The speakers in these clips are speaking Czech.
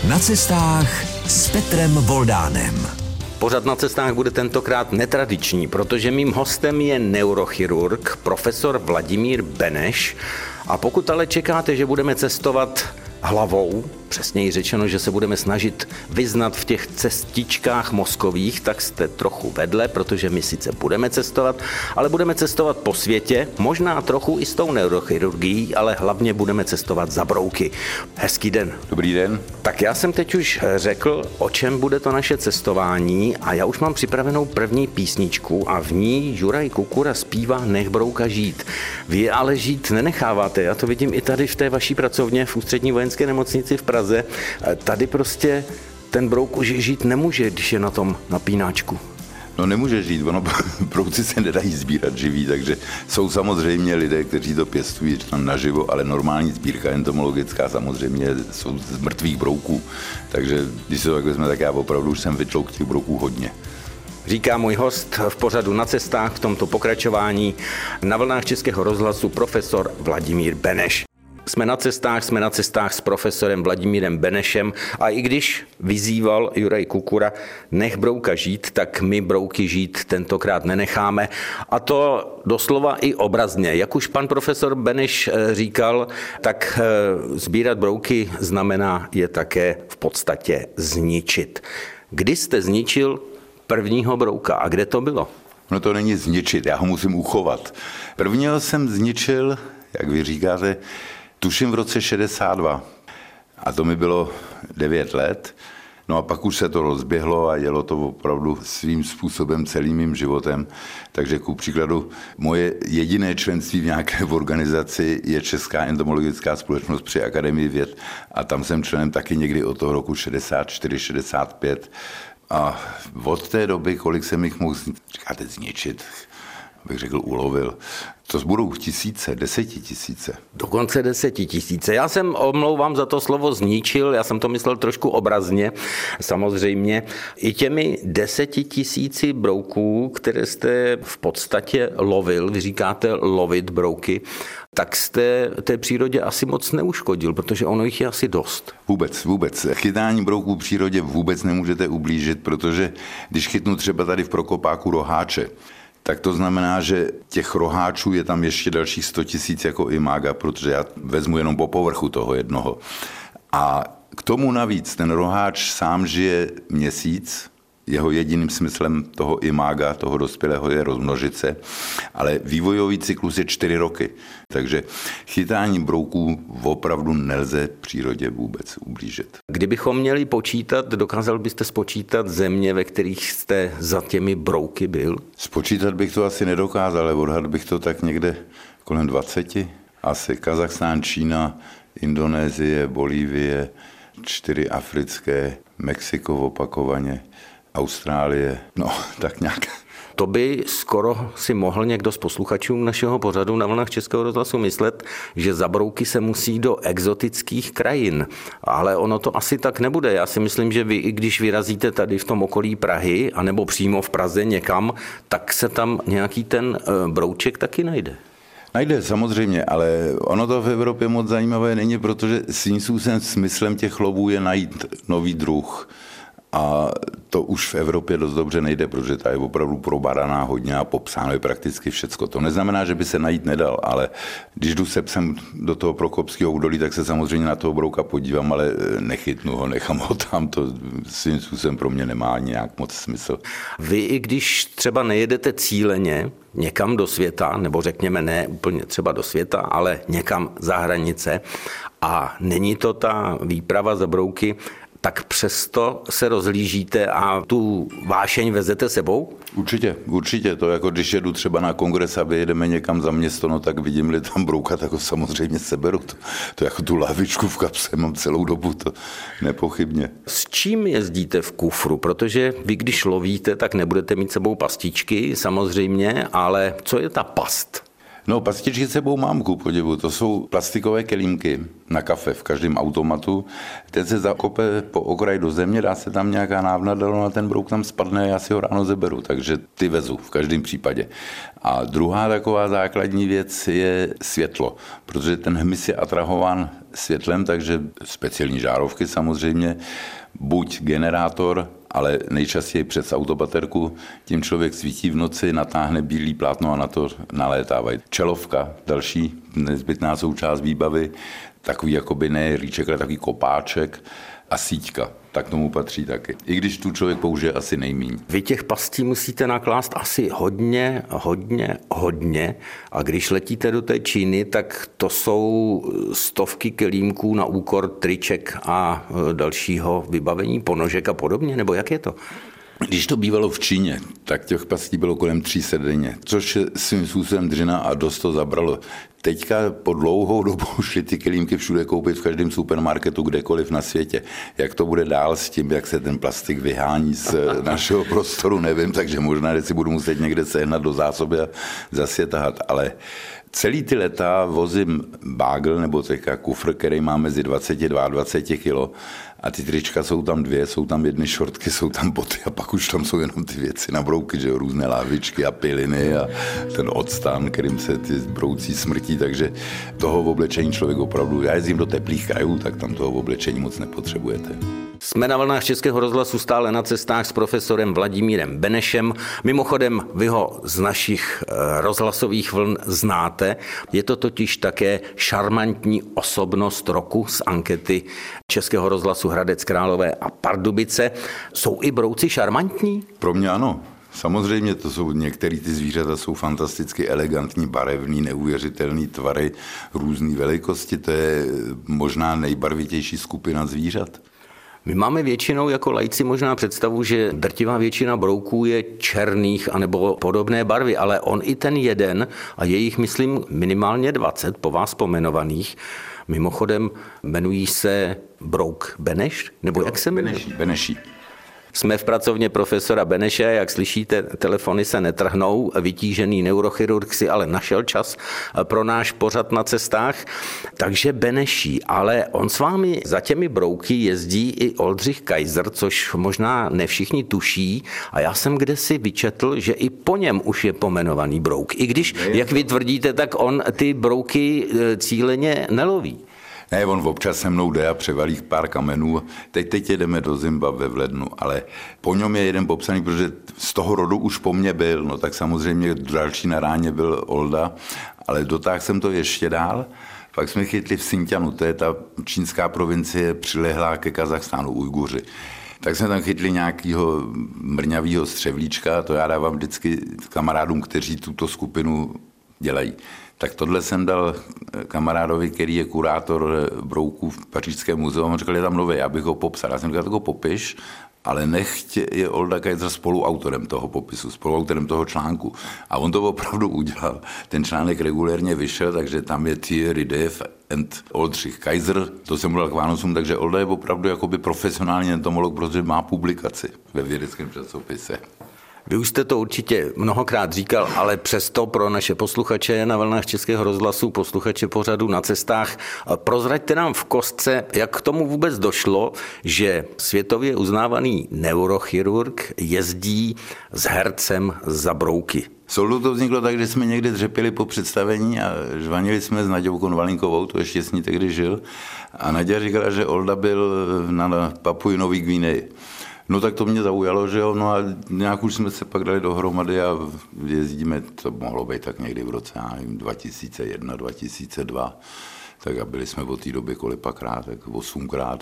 Na cestách s Petrem Voldánem. Pořad Na cestách bude tentokrát netradiční, protože mým hostem je neurochirurg, profesor Vladimír Beneš. A pokud ale čekáte, že budeme cestovat hlavou, přesněji řečeno, že se budeme snažit vyznat v těch cestičkách mozkových, tak jste trochu vedle, protože my sice budeme cestovat, ale budeme cestovat po světě, možná trochu i s tou neurochirurgií, ale hlavně budeme cestovat za brouky. Hezký den. Dobrý den. Tak já jsem teď už řekl, o čem bude to naše cestování a já už mám připravenou první písničku a v ní Juraj Kukura zpívá Nech brouka žít. Vy ale žít nenecháváte, já to vidím i tady v té vaší pracovně v Ústřední vojenské nemocnici v Praze. Tady prostě ten brouk už žít nemůže, když je na tom napínáčku. No nemůže žít, brouci se nedají sbírat živý, takže jsou samozřejmě lidé, kteří to pěstují naživo, ale normální sbírka entomologická samozřejmě jsou z mrtvých brouků. Takže když se to tak vezme, tak já opravdu už jsem vytlouk těch brouků hodně. Říká můj host v pořadu Na cestách v tomto pokračování na vlnách Českého rozhlasu profesor Vladimír Beneš. Jsme na cestách s profesorem Vladimírem Benešem a i když vyzýval Juraj Kukura nech brouka žít, tak my brouky žít tentokrát nenecháme a to doslova i obrazně. Jak už pan profesor Beneš říkal, tak sbírat brouky znamená je také v podstatě zničit. Kdy jste zničil prvního brouka a kde to bylo? No to není zničit, já ho musím uchovat. Prvního jsem zničil, jak vy říkáte, tuším v roce 62 a to mi bylo 9 let. No a pak už se to rozběhlo a jelo to opravdu svým způsobem celým mým životem. Takže ku příkladu moje jediné členství v nějaké organizaci je Česká entomologická společnost při Akademii věd a tam jsem členem taky někdy od toho roku 64, 65. A od té doby, kolik jsem jich mohl, říkáte, zničit, bych řekl, ulovil. To budou tisíce, 10 000. Dokonce 10 000. Já jsem, omlouvám za to slovo zničil, já jsem to myslel trošku obrazně, samozřejmě. I těmi 10 000 brouků, které jste v podstatě lovil, vy říkáte lovit brouky, tak jste té přírodě asi moc neuškodil, protože ono jich je asi dost. Vůbec. Chytání brouků v přírodě vůbec nemůžete ublížit, protože když chytnu třeba tady v Prokopáku roháče, tak to znamená, že těch roháčů je tam ještě dalších 100 000 jako imága, protože já vezmu jenom po povrchu toho jednoho. A k tomu navíc ten roháč sám žije měsíc, jeho jediným smyslem toho imága, toho dospělého je rozmnožit se, ale vývojový cyklus je 4 roky. Takže chytání brouků opravdu nelze přírodě vůbec ublížit. Kdybychom měli počítat, dokázal byste spočítat země, ve kterých jste za těmi brouky byl? Spočítat bych to asi nedokázal, ale odhad bych to tak někde kolem 20. Asi Kazachstán, Čína, Indonésie, Bolívie, 4 africké, Mexiko opakovaně, Austrálie, no tak nějak. To by skoro si mohl někdo z posluchačů našeho pořadu na vlnách Českého rozhlasu myslet, že za brouky se musí do exotických krajin. Ale ono to asi tak nebude. Já si myslím, že vy, i když vyrazíte tady v tom okolí Prahy, anebo přímo v Praze někam, tak se tam nějaký ten brouček taky najde. Najde, samozřejmě, ale ono to v Evropě moc zajímavé není, protože svým smyslem těch lovů je najít nový druh. A to už v Evropě dost dobře nejde, protože ta je opravdu probádaná hodně a popsáno je prakticky všecko. To neznamená, že by se najít nedal, ale když jdu se psem do toho Prokopského údolí, tak se samozřejmě na toho brouka podívám, ale nechytnu ho, nechám ho tam, to svým způsobem pro mě nemá nějak moc smysl. Vy, i když třeba nejedete cíleně někam do světa, nebo řekněme ne úplně třeba do světa, ale někam za hranice a není to ta výprava za brouky, tak přesto se rozhlížíte a tu vášeň vezete sebou? Určitě. To jako když jedu třeba na kongres a vyjedeme někam za město, no tak vidím-li tam brouka, tak ho samozřejmě seberu. To jako tu lahvičku v kapse mám celou dobu, to nepochybně. S čím jezdíte v kufru? Protože vy, když lovíte, tak nebudete mít sebou pastičky, samozřejmě, ale co je ta past? No, pastičky sebou mám, ku podivu. To jsou plastikové kelímky na kafe v každém automatu. Ten se zakope po okraji do země, dá se tam nějaká návnada, a ten brouk tam spadne a já si ho ráno zeberu. Takže ty vezu v každém případě. A druhá taková základní věc je světlo, protože ten hmyz je atrahován světlem, takže speciální žárovky samozřejmě, buď generátor, ale nejčastěji přes autobaterku, tím člověk svítí v noci, natáhne bílý plátno a na to nalétávají. Čelovka, další nezbytná součást výbavy, takový jakoby ne rýček, ale takový kopáček a síťka. Tak tomu patří taky. I když tu člověk použije asi nejmíň. Vy těch pastí musíte naklást asi hodně. A když letíte do té Číny, tak to jsou stovky kelímků na úkor triček a dalšího vybavení, ponožek a podobně, nebo jak je to? Když to bývalo v Číně, tak těch pastí bylo kolem 300 denně, což je svým způsobem dřina a dost to zabralo. Teďka po dlouhou dobu šli ty kelímky všude koupit v každém supermarketu, kdekoliv na světě. Jak to bude dál s tím, jak se ten plastik vyhání z našeho prostoru, nevím, takže možná, že si budu muset někde sehnat do zásoby a zase je tahat, ale celý ty leta vozím bágl, nebo teďka kufr, který má mezi 20 a 22 kilo a ty trička jsou tam dvě, jsou tam jedny šortky, jsou tam boty a pak už tam jsou jenom ty věci na brouky, že různé láhvičky a piliny a ten odstan, kterým se ty broucí smrtí, takže toho v oblečení člověk opravdu, já jezdím do teplých krajů, tak tam toho v oblečení moc nepotřebujete. Jsme na vlnách Českého rozhlasu stále na cestách s profesorem Vladimírem Benešem. Mimochodem, vy ho z našich rozhlasových vln znáte. Je to totiž také šarmantní osobnost roku z ankety Českého rozhlasu Hradec Králové a Pardubice. Jsou i brouci šarmantní? Pro mě ano. Samozřejmě to jsou některé ty zvířata jsou fantasticky elegantní, barevný, neuvěřitelný tvary, různé velikosti. To je možná nejbarvitější skupina zvířat. My máme většinou jako laici možná představu, že drtivá většina brouků je černých anebo podobné barvy, ale on i ten jeden, a je jich, myslím, minimálně 20 po vás pomenovaných, mimochodem jmenují se brouk Beneš, nebo jak se jmenuje? Beneší. Jsme v pracovně profesora Beneše, jak slyšíte, telefony se netrhnou, vytížený neurochirurg si ale našel čas pro náš pořad na cestách, takže Beneší, ale on s vámi za těmi brouky jezdí i Oldřich Kaiser, což možná ne všichni tuší, a já jsem kdesi vyčetl, že i po něm už je pomenovaný brouk, i když, jak vy tvrdíte, tak on ty brouky cíleně neloví. Ne, on občas se mnou jde a převalí pár kamenů. Teď jedeme do Zimbabwe v lednu, ale po něm je jeden popsaný, protože z toho rodu už po mně byl, no tak samozřejmě další na ráně byl Olda, ale dotáhl jsem to ještě dál. Pak jsme chytli v Xinjiangu, to je ta čínská provincie přilehlá ke Kazachstánu, Ujguři. Tak jsme tam chytli nějakého mrňavého střevlíčka, to já dávám vždycky kamarádům, kteří tuto skupinu dělají. Tak tohle jsem dal kamarádovi, který je kurátor brouků v Pařížském muzeu. On říkal, je tam nový, já bych ho popsal. Já jsem říkal, tak ho popiš, ale nechť je Olda Kaiser spoluautorem toho popisu, spoluautorem toho článku. A on to opravdu udělal. Ten článek regulérně vyšel, takže tam je Thierry Dev and Oldřich Kaiser. To jsem mluvil k Vánocům, takže Olda je opravdu jakoby profesionální entomolog, protože má publikaci ve vědeckém časopise. Vy už jste to určitě mnohokrát říkal, ale přesto pro naše posluchače na vlnách Českého rozhlasu, posluchače pořadu Na cestách, prozraďte nám v kostce, jak k tomu vůbec došlo, že světově uznávaný neurochirurg jezdí s hercem za brouky. Soldu to vzniklo tak, že jsme někdy dřepili po představení a žvanili jsme s Naďou Konvalinkovou, to ještě s ní tehdy žil, a Naďa říkala, že Olda byl na Papui Nový Gvineji. No tak to mě zaujalo, že jo, no a nějak už jsme se pak dali dohromady a jezdíme, to mohlo být tak někdy v roce 2001, 2002, tak a byli jsme od té doby kolipakrát, tak 8krát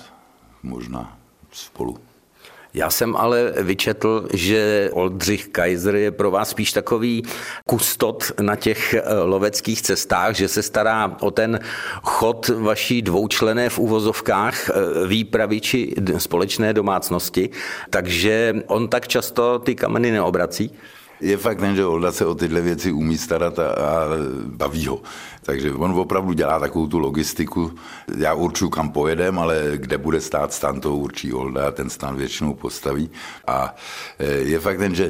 možná spolu. Já jsem ale vyčetl, že Oldřich Kaiser je pro vás spíš takový kustot na těch loveckých cestách, že se stará o ten chod vaší dvoučlenné v uvozovkách výpravy či společné domácnosti, takže on tak často ty kameny neobrací. Je fakt ten, že Olda se o tyhle věci umí starat a baví ho. Takže on opravdu dělá takovou tu logistiku. Já určuju, kam pojedem, ale kde bude stát stan, to určí Olda a ten stan většinou postaví. A je fakt ten, že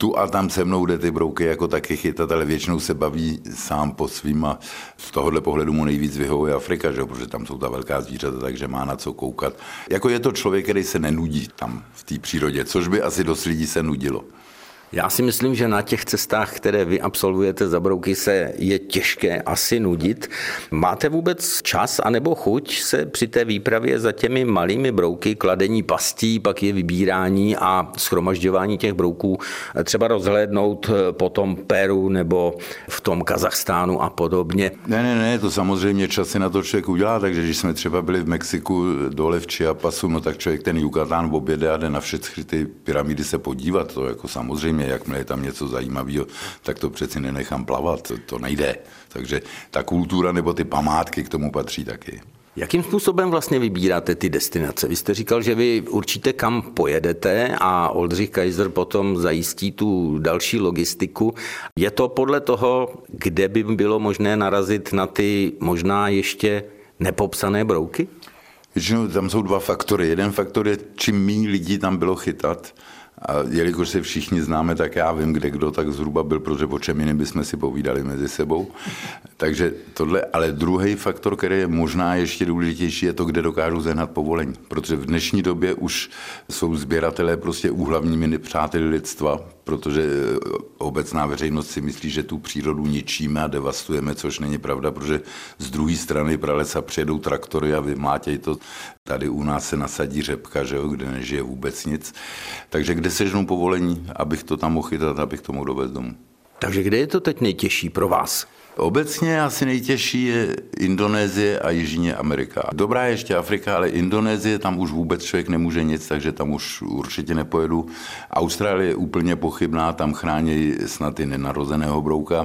tu a tam se mnou jde ty brouky jako taky chytat, ale většinou se baví sám po svým a z tohohle pohledu mu nejvíc vyhovuje Afrika, že? Protože tam jsou ta velká zvířata, takže má na co koukat. Jako je to člověk, který se nenudí tam v té přírodě, což by asi dost lidí se nudilo. Já si myslím, že na těch cestách, které vy absolvujete za brouky, se je těžké asi nudit. Máte vůbec čas anebo chuť se při té výpravě za těmi malými brouky, kladení pastí, pak je vybírání a shromažďování těch brouků třeba rozhlédnout po tom Peru nebo v tom Kazachstánu a podobně? Ne, to samozřejmě časy na to člověk udělá, takže když jsme třeba byli v Mexiku dole v Chiapasu, no tak člověk ten Yucatán objede a jde na všechny ty pyramidy se podívat, to jako samozřejmě, jakmile je tam něco zajímavého, tak to přeci nenechám plavat, to nejde. Takže ta kultura nebo ty památky k tomu patří taky. Jakým způsobem vlastně vybíráte ty destinace? Vy jste říkal, že vy určitě kam pojedete a Oldřich Kaiser potom zajistí tu další logistiku. Je to podle toho, kde by bylo možné narazit na ty možná ještě nepopsané brouky? Většinou tam jsou dva faktory. Jeden faktor je, čím méně lidí tam bylo chytat. A jelikož se všichni známe, tak já vím, kde kdo tak zhruba byl, protože o čem jiným bychom si povídali mezi sebou. Takže tohle, ale druhý faktor, který je možná ještě důležitější, je to, kde dokážu sehnat povolení. Protože v dnešní době už jsou sběratelé prostě úhlavními nepřáteli lidstva, protože obecná veřejnost si myslí, že tu přírodu ničíme a devastujeme, což není pravda, protože z druhé strany pralesa přijedou traktory a vymlátějí to. Tady u nás se nasadí řepka, že jo, kde nežije vůbec nic. Takže kde sežnou povolení, abych to tam mohl chytat, abych to mohl dovést domů. Takže kde je to teď nejtěžší pro vás? Obecně asi nejtěžší je Indonésie a Jižní Amerika. Dobrá je ještě Afrika, ale Indonésie, tam už vůbec člověk nemůže nic, takže tam už určitě nepojedu. Austrálie je úplně pochybná, tam chrání snad i nenarozeného brouka.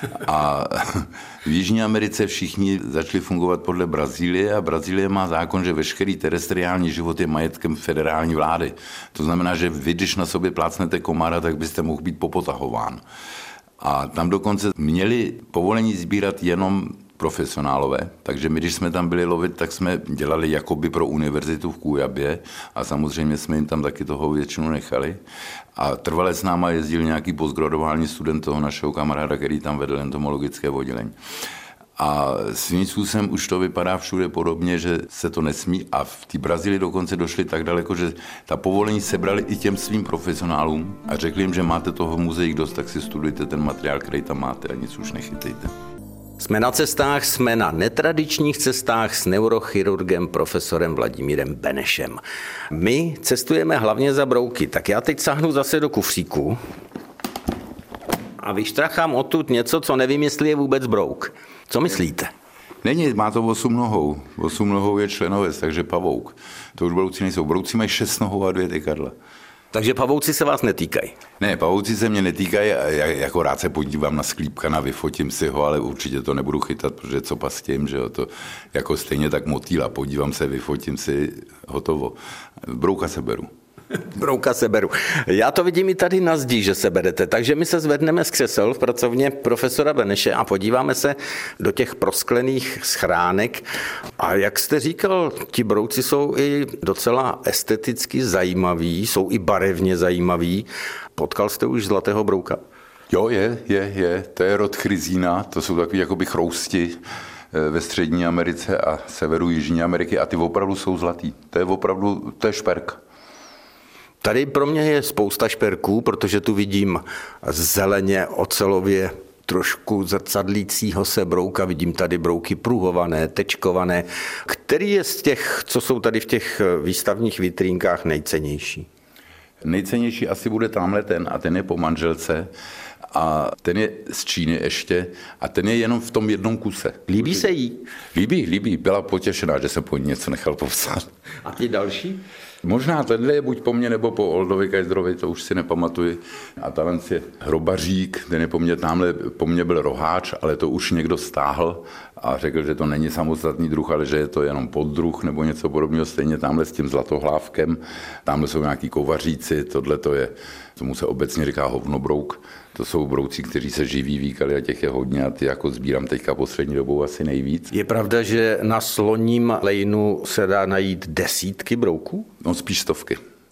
A v Jižní Americe všichni začali fungovat podle Brazílie a Brazílie má zákon, že veškerý terestriální život je majetkem federální vlády. To znamená, že vy, když na sobě plácnete komára, tak byste mohl být popotahován. A tam dokonce měli povolení sbírat jenom profesionálové, takže my, když jsme tam byli lovit, tak jsme dělali jakoby pro univerzitu v Kujabě a samozřejmě jsme jim tam taky toho většinu nechali. A trvale s náma jezdil nějaký postgraduální student toho našeho kamaráda, který tam vedl entomologické oddělení. A svým způsobem už to vypadá všude podobně, že se to nesmí a v té Brazílii dokonce došli tak daleko, že ta povolení sebrali i těm svým profesionálům a řekli jim, že máte toho v muzeích dost, tak si studujte ten materiál, který tam máte a nic už nechytejte. Jsme na cestách, jsme na netradičních cestách s neurochirurgem profesorem Vladimírem Benešem. My cestujeme hlavně za brouky, tak já teď sáhnu zase do kufříku a vyštrachám odtud něco, co nevím, jestli je vůbec brouk. Co myslíte? Není, má to 8 nohou. 8 nohou je členovec, takže pavouk. To už brouci nejsou. Brouci mají 6 nohou a 2 tykadla. Takže pavouci se vás netýkají? Ne, pavouci se mě netýkají, jako rád se podívám na sklípkana, vyfotím si ho, ale určitě to nebudu chytat, protože co pas tím, že jo, to jako stejně tak motýla, podívám se, vyfotím si, hotovo. Brouka se beru. Brouka se beru. Já to vidím i tady na zdi, že se berete, takže my se zvedneme z křesel v pracovně profesora Beneše a podíváme se do těch prosklených schránek. A jak jste říkal, ti brouci jsou i docela esteticky zajímaví, jsou i barevně zajímaví. Potkal jste už zlatého brouka? Jo, je. To je rod chryzína, to jsou takový jakoby chrousti ve Střední Americe a severu Jižní Ameriky a ty opravdu jsou zlatý. To je šperk. Tady pro mě je spousta šperků, protože tu vidím zeleně ocelově trošku zrcadlícího se brouka. Vidím tady brouky pruhované, tečkované. Který je z těch, co jsou tady v těch výstavních vitrínkách, nejcennější? Nejcennější asi bude tamhle ten a ten je po manželce. A ten je z Číny ještě a ten je jenom v tom jednom kuse. Líbí se jí? Líbí. Byla potěšená, že jsem po ní něco nechal popsat. A ty další? Možná tenhle je buď po mně, nebo po Oldovi Kaiserovi, to už si nepamatuji. A tahle je hrobařík, ten je po mně byl roháč, ale to už někdo stáhl a řekl, že to není samostatný druh, ale že je to jenom poddruh nebo něco podobného, stejně tamhle s tím zlatohlávkem. Tamhle jsou nějaký kovaříci, tohle to je, tomu se obecně říká hovnobrouk. To jsou brouci, kteří se živí výkaly a těch je hodně a ty jako sbírám teďka poslední dobou asi nejvíc. Je pravda, že na Sloním lejnu se dá najít desítky brouků? No spíš stovky.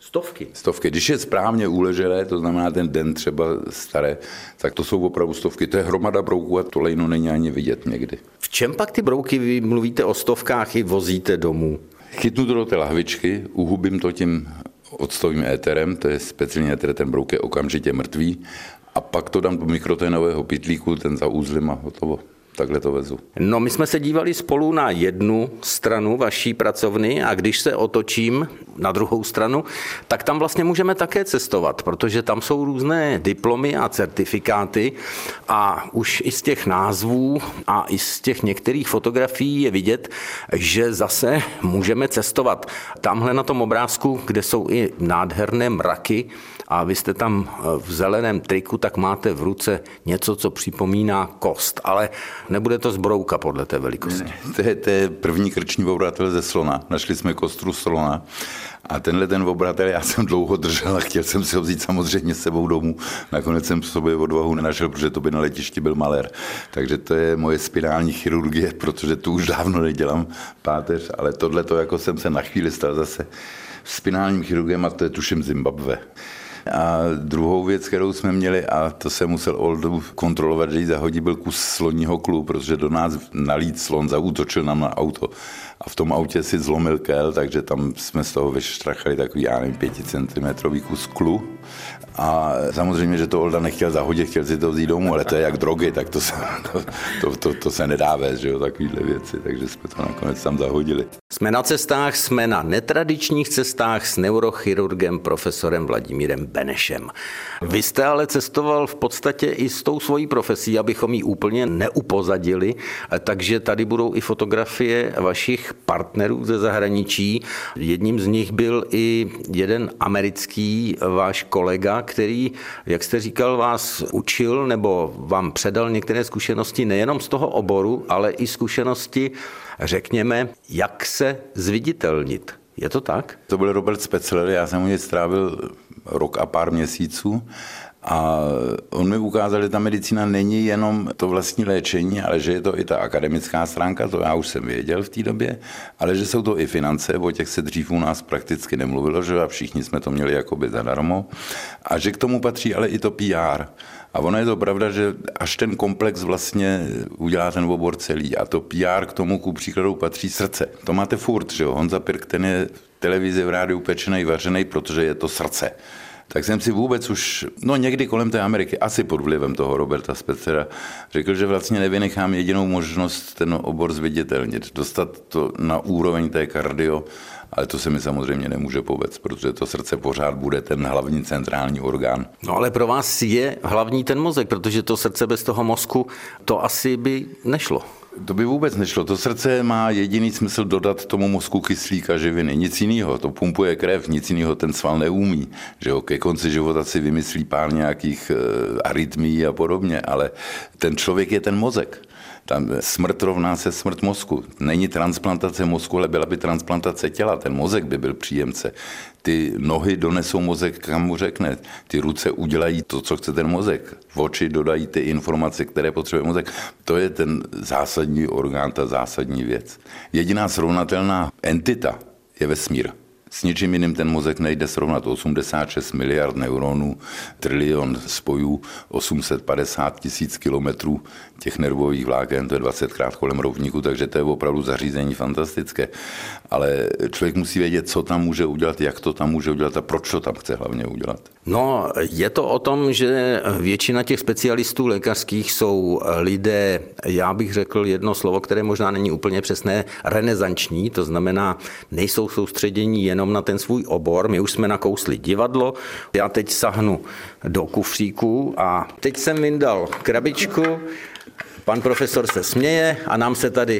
Stovky. Když je správně uleželé, to znamená ten den třeba staré, tak to jsou opravdu stovky. To je hromada brouků a to lejno není ani vidět někdy. V čem pak ty brouky, vy mluvíte o stovkách, i vozíte domů? Chytnu to do té lahvičky, uhubím to tím octovým éterem, to je speciální éter, ten brouk je okamžitě mrtvý, a pak to dám do mikroténového pytlíku, ten zaúzlím a hotovo. Takhle to vezu. No, my jsme se dívali spolu na jednu stranu vaší pracovny a když se otočím na druhou stranu, tak tam vlastně můžeme také cestovat, protože tam jsou různé diplomy a certifikáty a už i z těch názvů a i z těch některých fotografií je vidět, že zase můžeme cestovat. Tamhle na tom obrázku, kde jsou i nádherné mraky, a vy jste tam v zeleném triku, tak máte v ruce něco, co připomíná kost, ale nebude to z brouka podle té velikosti. To je první krční obratel ze slona. Našli jsme kostru slona a tenhle ten obratel já jsem dlouho držel a chtěl jsem si ho vzít samozřejmě s sebou domů. Nakonec jsem sobě odvahu nenašel, protože to by na letišti byl malér. Takže to je moje spinální chirurgie, protože tu už dávno nedělám páteř, ale tohle to jako jsem se na chvíli stal zase spinálním chirurgem a to je tuším Zimbabwe. A druhou věc, kterou jsme měli, a to jsem musel Oldu kontrolovat, že jí zahodí, byl kus sloního klu, protože do nás nalít slon, zaútočil nám na auto. A v tom autě si zlomil kel, takže tam jsme z toho vyštrachali takový, já nevím, 5 cm kus klu. A samozřejmě, že to Olda nechtěl zahodit, chtěl si to vzít domů, ale to je jak drogy, tak to se nedá vést, že jo, takovýhle věci, takže jsme to nakonec tam zahodili. Jsme na cestách, jsme na netradičních cestách s neurochirurgem profesorem Vladimírem Benešem. Vy jste ale cestoval v podstatě i s tou svojí profesí, abychom ji úplně neupozadili, takže tady budou i fotografie vašich partnerů ze zahraničí. Jedním z nich byl i jeden americký váš kolega, který, jak jste říkal, vás učil nebo vám předal některé zkušenosti nejenom z toho oboru, ale i zkušenosti, řekněme, jak se zviditelnit. Je to tak? To byl Robert Specler, já jsem u něj strávil rok a pár měsíců a on mi ukázal, že ta medicína není jenom to vlastní léčení, ale že je to i ta akademická stránka, to já už jsem věděl v té době, ale že jsou to i finance, o těch se dřív u nás prakticky nemluvilo, že a všichni jsme to měli jakoby zadarmo a že k tomu patří ale i to PR. A ono je to pravda, že až ten komplex vlastně udělá ten obor celý a to PR k tomu ku příkladu patří srdce. To máte furt, že jo, Honza Pirk, ten je v televizi, v rádiu pečenej, vařenej, protože je to srdce. Tak jsem si vůbec už, někdy kolem té Ameriky, asi pod vlivem toho Roberta Specera, řekl, že vlastně nevynechám jedinou možnost ten obor zviditelnit, dostat to na úroveň té kardio, ale to se mi samozřejmě nemůže povést, protože to srdce pořád bude ten hlavní centrální orgán. No ale pro vás je hlavní ten mozek, protože to srdce bez toho mozku, to asi by nešlo. To by vůbec nešlo. To srdce má jediný smysl dodat tomu mozku kyslík a živiny. Nic jiného. To pumpuje krev, nic jiného ten sval neumí. Že jo? Ke konci života si vymyslí pár nějakých arytmií a podobně, ale ten člověk je ten mozek. Tam smrt rovná se smrt mozku. Není transplantace mozku, ale byla by transplantace těla. Ten mozek by byl příjemce. Ty nohy donesou mozek, kam mu řekne. Ty ruce udělají to, co chce ten mozek. Oči dodají ty informace, které potřebuje mozek. To je ten zásadní orgán, ta zásadní věc. Jediná srovnatelná entita je vesmír. S ničím jiným ten mozek nejde srovnat. 86 miliard neuronů, trilion spojů, 850 000 kilometrů těch nervových vláken, to je 20krát kolem rovníku, takže to je opravdu zařízení fantastické. Ale člověk musí vědět, co tam může udělat, jak to tam může udělat a proč to tam chce hlavně udělat. No, je to o tom, že většina těch specialistů lékařských jsou lidé, já bych řekl jedno slovo, které možná není úplně přesné, renesanční, to znamená, nejsou soustředění jenom na ten svůj obor. My už jsme nakousli divadlo, já teď sahnu do kufříku a teď jsem vyndal krabičku, pan profesor se směje a nám se tady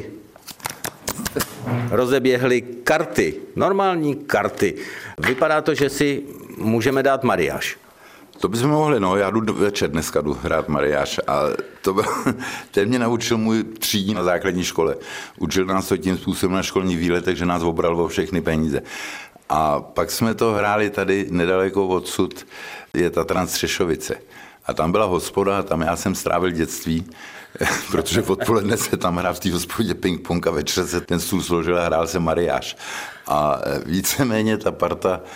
rozeběhly karty, normální karty. Vypadá to, že si můžeme dát mariáž. To bychom mohli, já jdu večer, dneska jdu hrát mariáž a ten mě naučil můj třídní na základní škole. Učil nás to tím způsobem na školních výletech, že nás obral o všechny peníze. A pak jsme to hráli tady nedaleko odsud, je Tatran Střešovice. A tam byla hospoda, tam já jsem strávil dětství, protože odpoledne se tam hrál v té hospodě ping-pong a večer se ten stůl složil a hrál se mariáž. A víceméně ta parta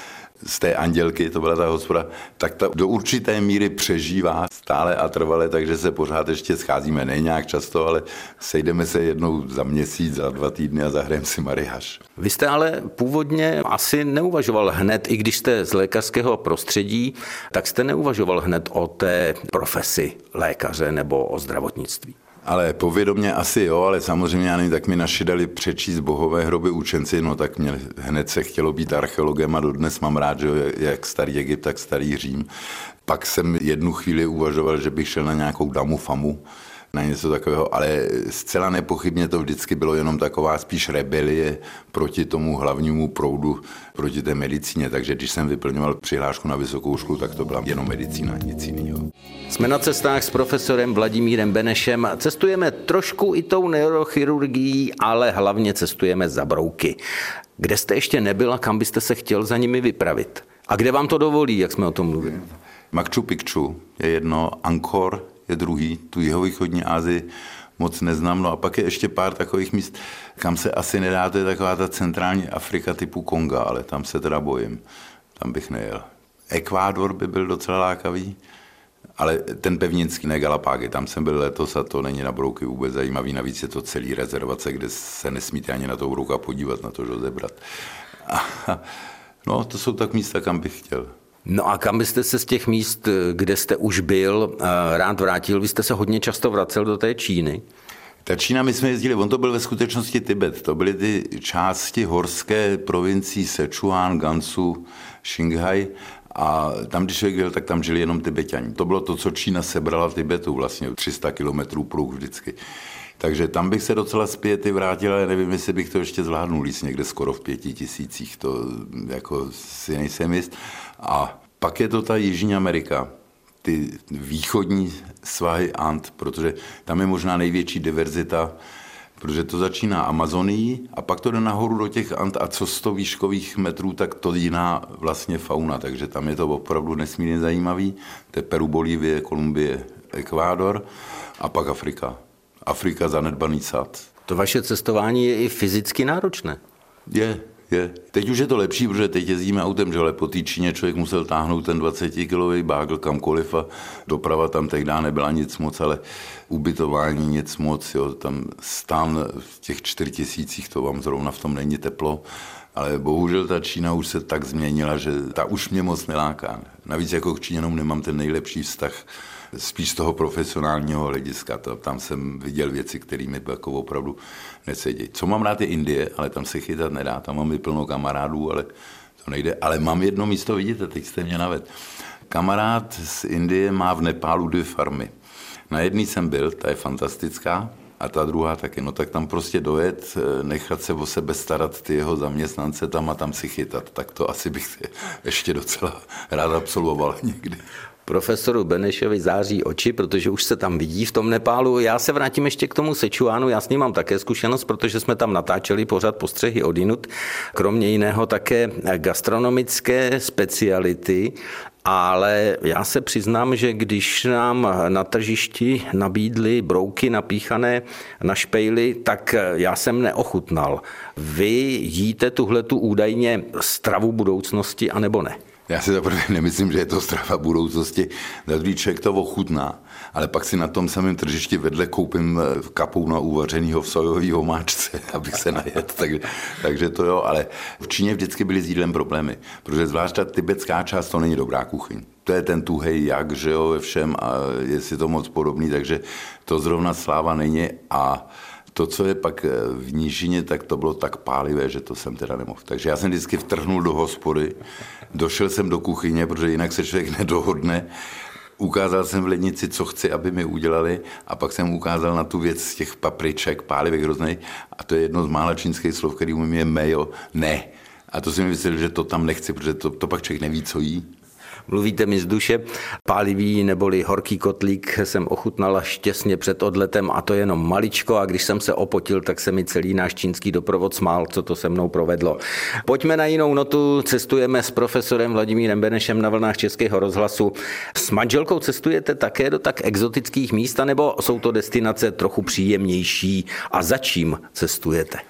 z té Andělky, to byla ta hospoda, tak ta do určité míry přežívá stále a trvale, takže se pořád ještě scházíme, ne nějak často, ale sejdeme se jednou za měsíc, za 2 týdny a zahrajeme si mariáš. Vy jste ale původně asi neuvažoval hned, i když jste z lékařského prostředí, tak jste neuvažoval hned o té profesi lékaře nebo o zdravotnictví. Ale povědomě asi jo, ale samozřejmě, já nevím, tak mi naši dali přečíst bohové hroby učenci, no tak mě hned se chtělo být archeologem a dodnes mám rád, že jak starý Egypt, tak starý Řím. Pak jsem jednu chvíli uvažoval, že bych šel na nějakou damu famu, na něco takového, ale zcela nepochybně to vždycky bylo jenom taková spíš rebelie proti tomu hlavnímu proudu, proti té medicíně. Takže když jsem vyplňoval přihlášku na vysokou školu, tak to byla jenom medicína, nic jiného. Jsme na cestách s profesorem Vladimírem Benešem. Cestujeme trošku i tou neurochirurgií, ale hlavně cestujeme za brouky. Kde jste ještě nebyl a kam byste se chtěl za nimi vypravit? A kde vám to dovolí, jak jsme o tom mluvili? Machu Picchu je jedno, Angkor je druhý, tu jihovýchodní Asii moc neznám. No a pak je ještě pár takových míst, kam se asi nedá, to je taková ta centrální Afrika typu Konga, ale tam se teda bojím, tam bych nejel. Ekvádor by byl docela lákavý, ale ten pevninský, ne Galapágy, tam jsem byl letos a to není na brouky vůbec zajímavý, navíc je to celý rezervace, kde se nesmíte ani na to brouka podívat, na to rozebrat. No, to jsou tak místa, kam bych chtěl. No a kam byste se z těch míst, kde jste už byl, rád vrátil? Vy jste se hodně často vracel do té Číny. Ta Čína, my jsme jezdili, on to byl ve skutečnosti Tibet. To byly ty části horské provincií Sichuan, Gansu, Šinghaj. A tam, když člověk byl, tak tam žili jenom Tibeťani. To bylo to, co Čína sebrala Tibetu, vlastně 300 kilometrů pruh vždycky. Takže tam bych se docela zpět vrátil, ale nevím, jestli bych to ještě zvládnul líst někde skoro v 5000, to jako si nejsem jist. A pak je to ta Jižní Amerika, ty východní svahy And, protože tam je možná největší diverzita, protože to začíná Amazonií a pak to jde nahoru do těch And a co 100 výškových metrů, tak to jiná vlastně fauna, takže tam je to opravdu nesmírně zajímavý. To je Peru, Bolívie, Kolumbie, Ekvádor a pak Afrika. Afrika zanedbaný sad. To vaše cestování je i fyzicky náročné. Je. Teď už je to lepší, protože teď jezdíme autem, že ale po té Číně člověk musel táhnout ten 20-kilový bágl kamkoliv a doprava tam tehdy nebyla nic moc, ale ubytování nic moc, jo, tam stán v těch 4000, to vám zrovna v tom není teplo, ale bohužel ta Čína už se tak změnila, že ta už mě moc neláká. Navíc jako k Číňanům nemám ten nejlepší vztah, spíš z toho profesionálního hlediska. Tam jsem viděl věci, které mi jako opravdu nesedí. Co mám rád je Indie, ale tam se chytat nedá, tam mám i plno kamarádů, ale to nejde. Ale mám jedno místo, vidíte, teď jste mě navedl. Kamarád z Indie má v Nepálu 2 farmy. Na jedné jsem byl, ta je fantastická, a ta druhá taky. No tak tam prostě dojet, nechat se o sebe starat ty jeho zaměstnance tam a tam si chytat. Tak to asi bych ještě docela rád absolvoval někdy. Profesoru Benešovi září oči, protože už se tam vidí v tom Nepálu. Já se vrátím ještě k tomu Sichuanu, já s ním mám také zkušenost, protože jsme tam natáčeli pořád Postřehy odjinud, kromě jiného také gastronomické speciality, ale já se přiznám, že když nám na tržišti nabídli brouky napíchané na špejli, tak já jsem neochutnal. Vy jíte tuhletu údajně stravu budoucnosti, anebo ne? Já si zaprvé nemyslím, že je to strava budoucnosti. Za druhý člověk to ochutná, ale pak si na tom samém tržišti vedle koupím kapouna uvařenýho v sojový omáčce, abych se najet. Takže to jo, ale v Číně vždycky byly s jídlem problémy, protože zvlášť ta tibetská část to není dobrá kuchyň. To je ten tuhej jak, že jo, ve všem a je si to moc podobný, takže to zrovna sláva není a to, co je pak v nížině, tak to bylo tak pálivé, že to jsem teda nemohl. Takže já jsem vždycky vtrhnul do hospody, došel jsem do kuchyně, protože jinak se člověk nedohodne. Ukázal jsem v lednici, co chci, aby mi udělali a pak jsem ukázal na tu věc z těch papriček, pálivých hrozných. A to je jedno z mála čínských slov, který umím, je mejo, ne. A to si mi vysvětlil, že to tam nechci, protože to pak člověk neví, co jí. Mluvíte mi z duše. Pálivý neboli horký kotlík jsem ochutnal až těsně před odletem a to jenom maličko a když jsem se opotil, tak se mi celý náš čínský doprovod smál, co to se mnou provedlo. Pojďme na jinou notu, cestujeme s profesorem Vladimírem Benešem na vlnách Českého rozhlasu. S manželkou cestujete také do tak exotických míst, nebo jsou to destinace trochu příjemnější a za čím cestujete?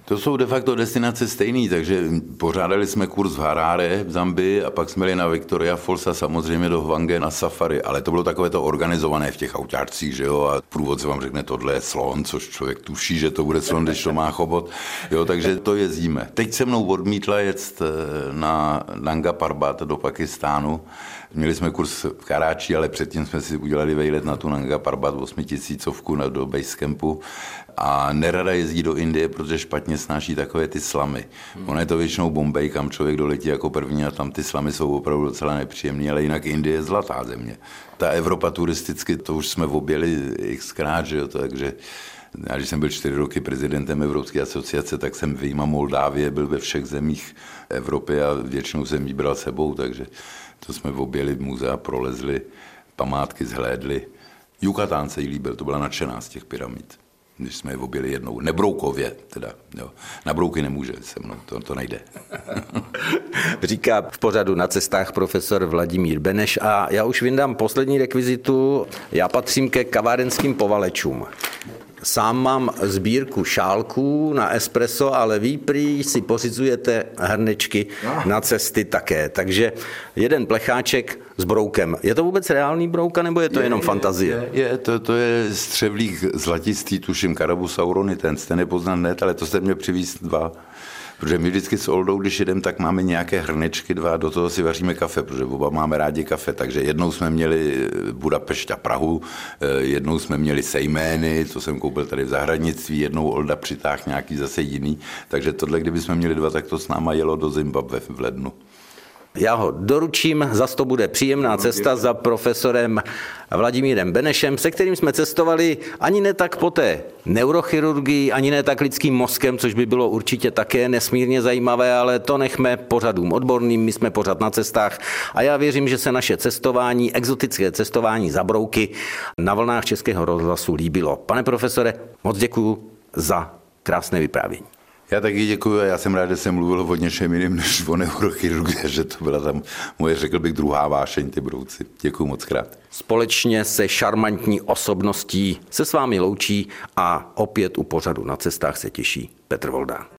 To jsou de facto destinace stejný, takže pořádali jsme kurz v Harare v Zambii a pak jsme jeli na Victoria Falls a samozřejmě do Hvange na safari, ale to bylo takové to organizované v těch autáčcích, že jo, a průvodce vám řekne, tohle je slon, což člověk tuší, že to bude slon, když to má chobot, jo, takže to jezdíme. Teď se mnou odmítla jet na Nanga Parbat do Pakistánu. Měli jsme kurz v Karáči, ale předtím jsme si udělali vejlet na tu Nanga Parbat 8000 do basecampu a nerada jezdí do Indie, protože špatně snáší takové ty slamy. Ono je to většinou Bombay, kam člověk doletí jako první a tam ty slamy jsou opravdu docela nepříjemné, ale jinak Indie je zlatá země. Ta Evropa turisticky, to už jsme objeli xkrát, že jo, takže já, když jsem byl 4 roky prezidentem Evropské asociace, tak jsem vyjma Moldávie byl ve všech zemích Evropy a většinou jsem jí bral sebou, takže to jsme objeli muzea, prolezli, památky zhlédli. Yucatán se jí líbil, to byla nadšená z těch pyramid, když jsme je objeli jednou. Nebroukově teda, jo. Na brouky nemůže se mnou, to nejde. Říká v pořadu Na cestách profesor Vladimír Beneš a já už vyndám poslední rekvizitu. Já patřím ke kavárenským povalečům. Sám mám sbírku šálků na espresso, ale vy prý si pořizujete hrnečky na cesty také. Takže jeden plecháček s broukem. Je to vůbec reálný brouka, nebo je to jenom fantazie? To je střevlík zlatistý, tuším, Carabusaurony, ten jste nepoznal hned, ale to jste mě přivízt 2. Protože my vždycky s Oldou, když jedeme, tak máme nějaké hrnečky 2, do toho si vaříme kafe, protože oba máme rádi kafe, takže jednou jsme měli Budapešť a Prahu, jednou jsme měli sejmény, co jsem koupil tady v zahradnictví, jednou Olda přitáhl nějaký zase jiný, takže tohle, kdyby jsme měli 2, tak to s náma jelo do Zimbabwe v lednu. Já ho doručím, zas to bude příjemná cesta za profesorem Vladimírem Benešem, se kterým jsme cestovali ani ne tak po té neurochirurgii, ani ne tak lidským mozkem, což by bylo určitě také nesmírně zajímavé, ale to nechme pořadům odborným, my jsme pořad na cestách a já věřím, že se naše cestování, exotické cestování za brouky na vlnách Českého rozhlasu líbilo. Pane profesore, moc děkuju za krásné vyprávění. Já taky děkuji a já jsem rád, že jsem mluvil o něčem jiném než o neurochirurgii, že to byla tam moje, řekl bych, druhá vášeň, ty brouci. Děkuji moc krát. Společně se šarmantní osobností se s vámi loučí a opět u pořadu Na cestách se těší Petr Voldán.